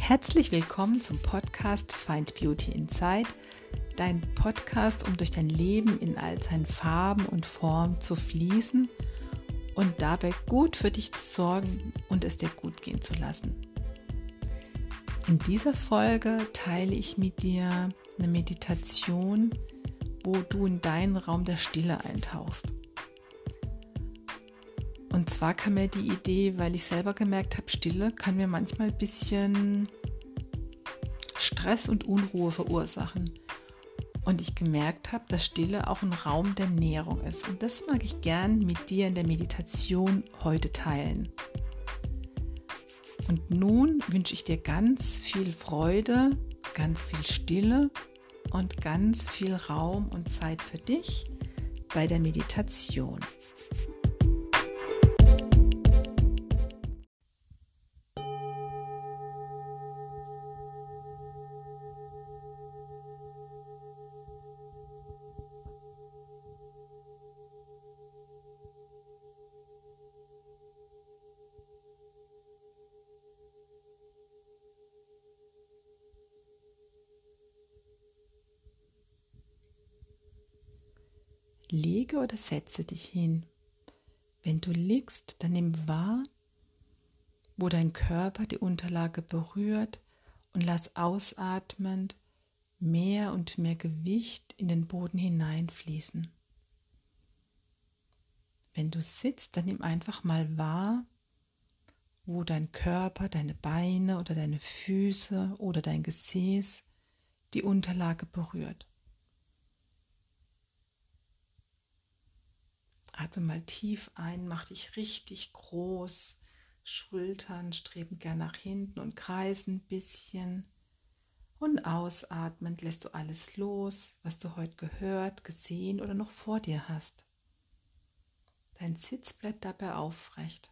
Herzlich willkommen zum Podcast Find Beauty Inside, dein Podcast, um durch dein Leben in all seinen Farben und Formen zu fließen und dabei gut für dich zu sorgen und es dir gut gehen zu lassen. In dieser Folge teile ich mit dir eine Meditation, wo du in deinen Raum der Stille eintauchst. Und zwar kam mir die Idee, weil ich selber gemerkt habe, Stille kann mir manchmal ein bisschen Stress und Unruhe verursachen. Und ich gemerkt habe, dass Stille auch ein Raum der Nährung ist. Und das mag ich gern mit dir in der Meditation heute teilen. Und nun wünsche ich dir ganz viel Freude, ganz viel Stille und ganz viel Raum und Zeit für dich bei der Meditation. Lege oder setze dich hin. Wenn du liegst, dann nimm wahr, wo dein Körper die Unterlage berührt und lass ausatmend mehr und mehr Gewicht in den Boden hineinfließen. Wenn du sitzt, dann nimm einfach mal wahr, wo dein Körper, deine Beine oder deine Füße oder dein Gesäß die Unterlage berührt. Atme mal tief ein, mach dich richtig groß, Schultern streben gern nach hinten und kreisen ein bisschen. Und ausatmend lässt du alles los, was du heute gehört, gesehen oder noch vor dir hast. Dein Sitz bleibt dabei aufrecht.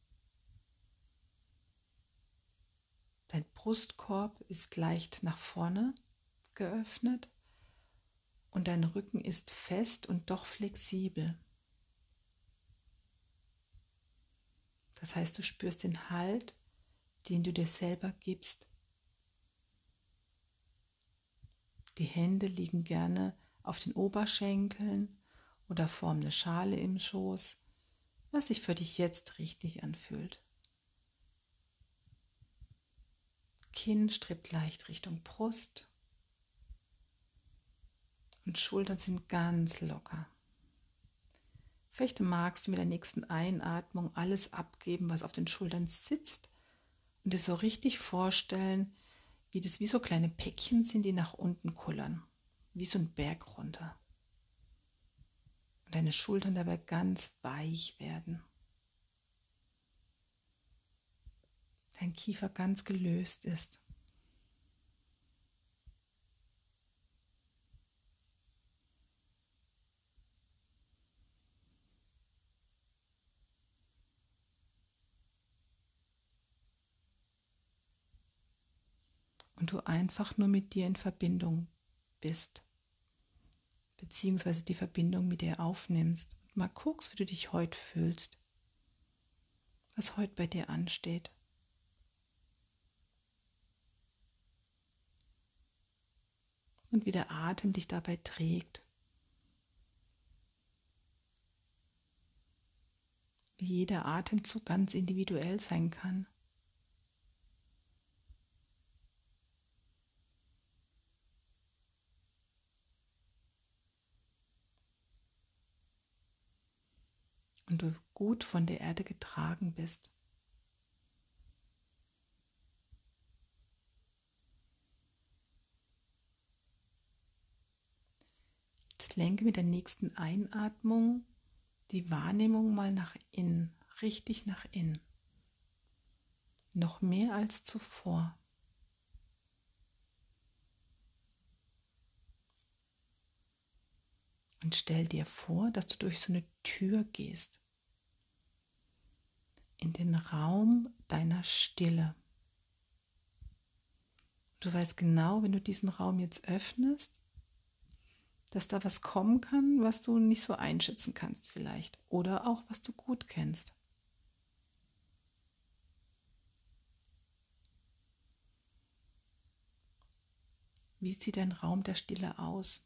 Dein Brustkorb ist leicht nach vorne geöffnet und dein Rücken ist fest und doch flexibel. Das heißt, du spürst den Halt, den du dir selber gibst. Die Hände liegen gerne auf den Oberschenkeln oder formen eine Schale im Schoß, was sich für dich jetzt richtig anfühlt. Kinn strebt leicht Richtung Brust und Schultern sind ganz locker. Vielleicht magst du mit der nächsten Einatmung alles abgeben, was auf den Schultern sitzt und dir so richtig vorstellen, wie das wie so kleine Päckchen sind, die nach unten kullern, wie so ein Berg runter. Und deine Schultern dabei ganz weich werden. Dein Kiefer ganz gelöst ist. Und du einfach nur mit dir in Verbindung bist, beziehungsweise die Verbindung mit dir aufnimmst und mal guckst, wie du dich heute fühlst, was heute bei dir ansteht. Und wie der Atem dich dabei trägt, wie jeder Atemzug ganz individuell sein kann. Und du gut von der Erde getragen bist. Jetzt lenke mit der nächsten Einatmung die Wahrnehmung mal nach innen, richtig nach innen. Noch mehr als zuvor. Und stell dir vor, dass du durch so eine Tür gehst. In den Raum deiner Stille. Du weißt genau, wenn du diesen Raum jetzt öffnest, dass da was kommen kann, was du nicht so einschätzen kannst vielleicht. Oder auch, was du gut kennst. Wie sieht dein Raum der Stille aus?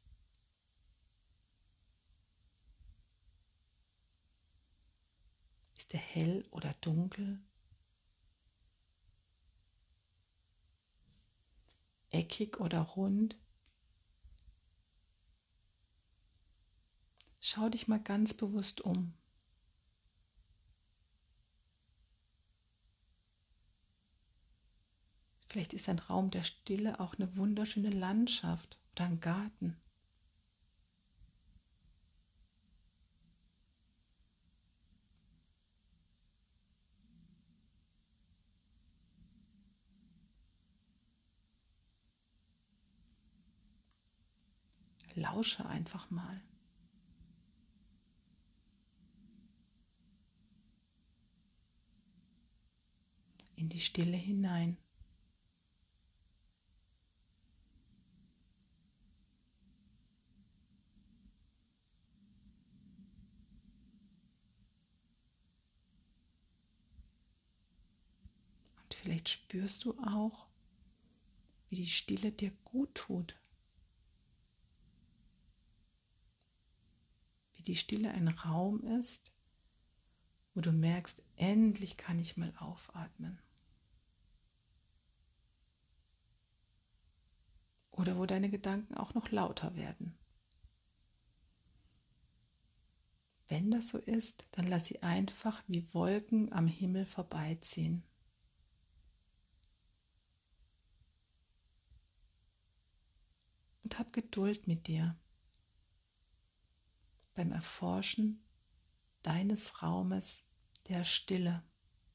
Ist er hell oder dunkel? Eckig oder rund? Schau dich mal ganz bewusst um. Vielleicht ist ein Raum der Stille auch eine wunderschöne Landschaft oder ein Garten. Lausche einfach mal. In die Stille hinein. Und vielleicht spürst du auch, wie die Stille dir gut tut. Wie die Stille ein Raum ist, wo du merkst, endlich kann ich mal aufatmen. Oder wo deine Gedanken auch noch lauter werden. Wenn das so ist, dann lass sie einfach wie Wolken am Himmel vorbeiziehen. Und hab Geduld mit dir beim Erforschen deines Raumes der Stille.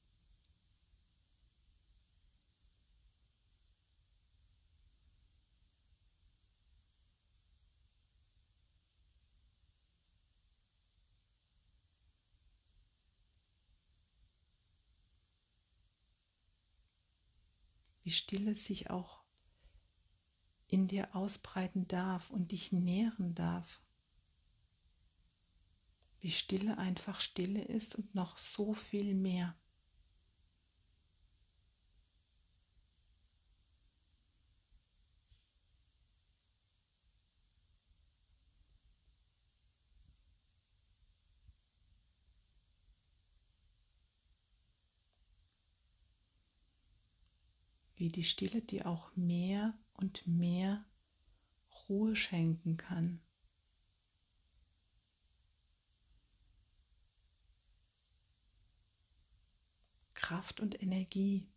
Wie Stille sich auch in dir ausbreiten darf und dich nähren darf. Wie Stille einfach Stille ist und noch so viel mehr. Wie die Stille dir auch mehr und mehr Ruhe schenken kann. Kraft und Energie.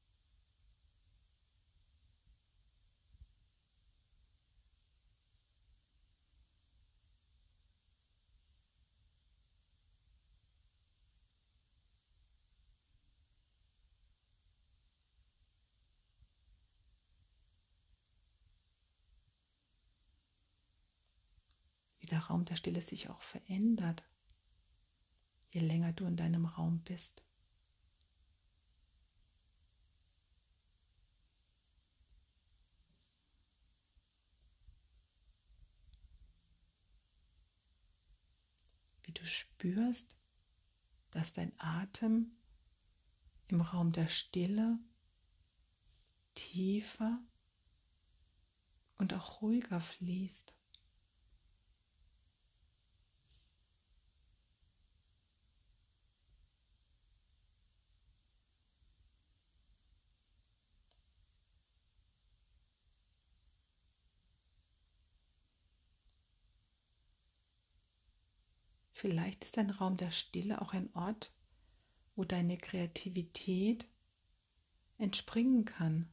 Wie der Raum der Stille sich auch verändert, je länger du in deinem Raum bist. Wie du spürst, dass dein Atem im Raum der Stille tiefer und auch ruhiger fließt. Vielleicht ist ein Raum der Stille auch ein Ort, wo deine Kreativität entspringen kann.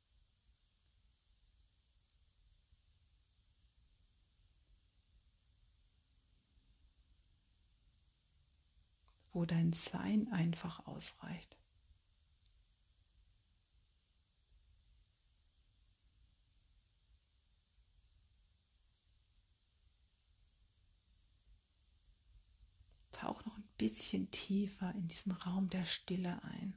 Wo dein Sein einfach ausreicht. Tauch noch ein bisschen tiefer in diesen Raum der Stille ein.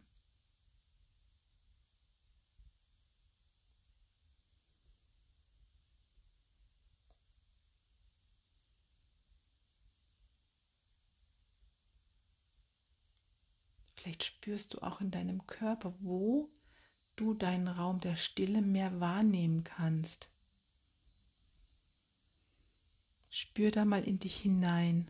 Vielleicht spürst du auch in deinem Körper, wo du deinen Raum der Stille mehr wahrnehmen kannst. Spür da mal in dich hinein.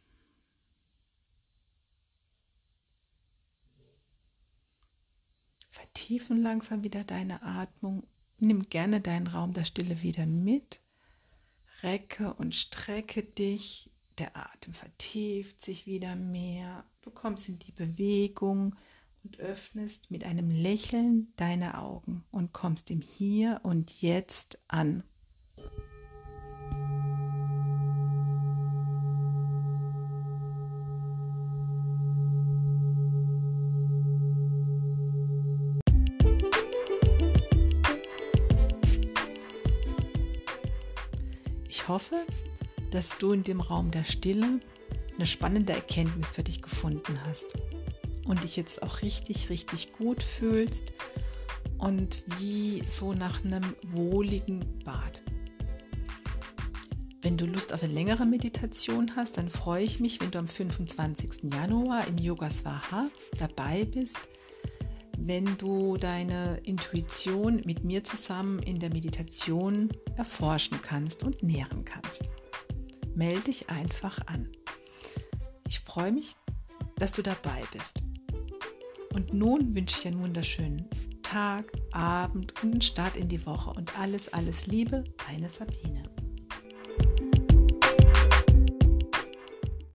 Vertiefen langsam wieder deine Atmung. Nimm gerne deinen Raum der Stille wieder mit. Recke und strecke dich. Der Atem vertieft sich wieder mehr. Du kommst in die Bewegung und öffnest mit einem Lächeln deine Augen und kommst im Hier und Jetzt an. Ich hoffe, dass du in dem Raum der Stille eine spannende Erkenntnis für dich gefunden hast und dich jetzt auch richtig, richtig gut fühlst und wie so nach einem wohligen Bad. Wenn du Lust auf eine längere Meditation hast, dann freue ich mich, wenn du am 25. Januar im Yoga Swaha dabei bist, wenn du deine Intuition mit mir zusammen in der Meditation erforschen kannst und nähren kannst. Melde dich einfach an. Ich freue mich, dass du dabei bist. Und nun wünsche ich dir einen wunderschönen Tag, Abend und einen Start in die Woche und alles, alles Liebe, deine Sabine.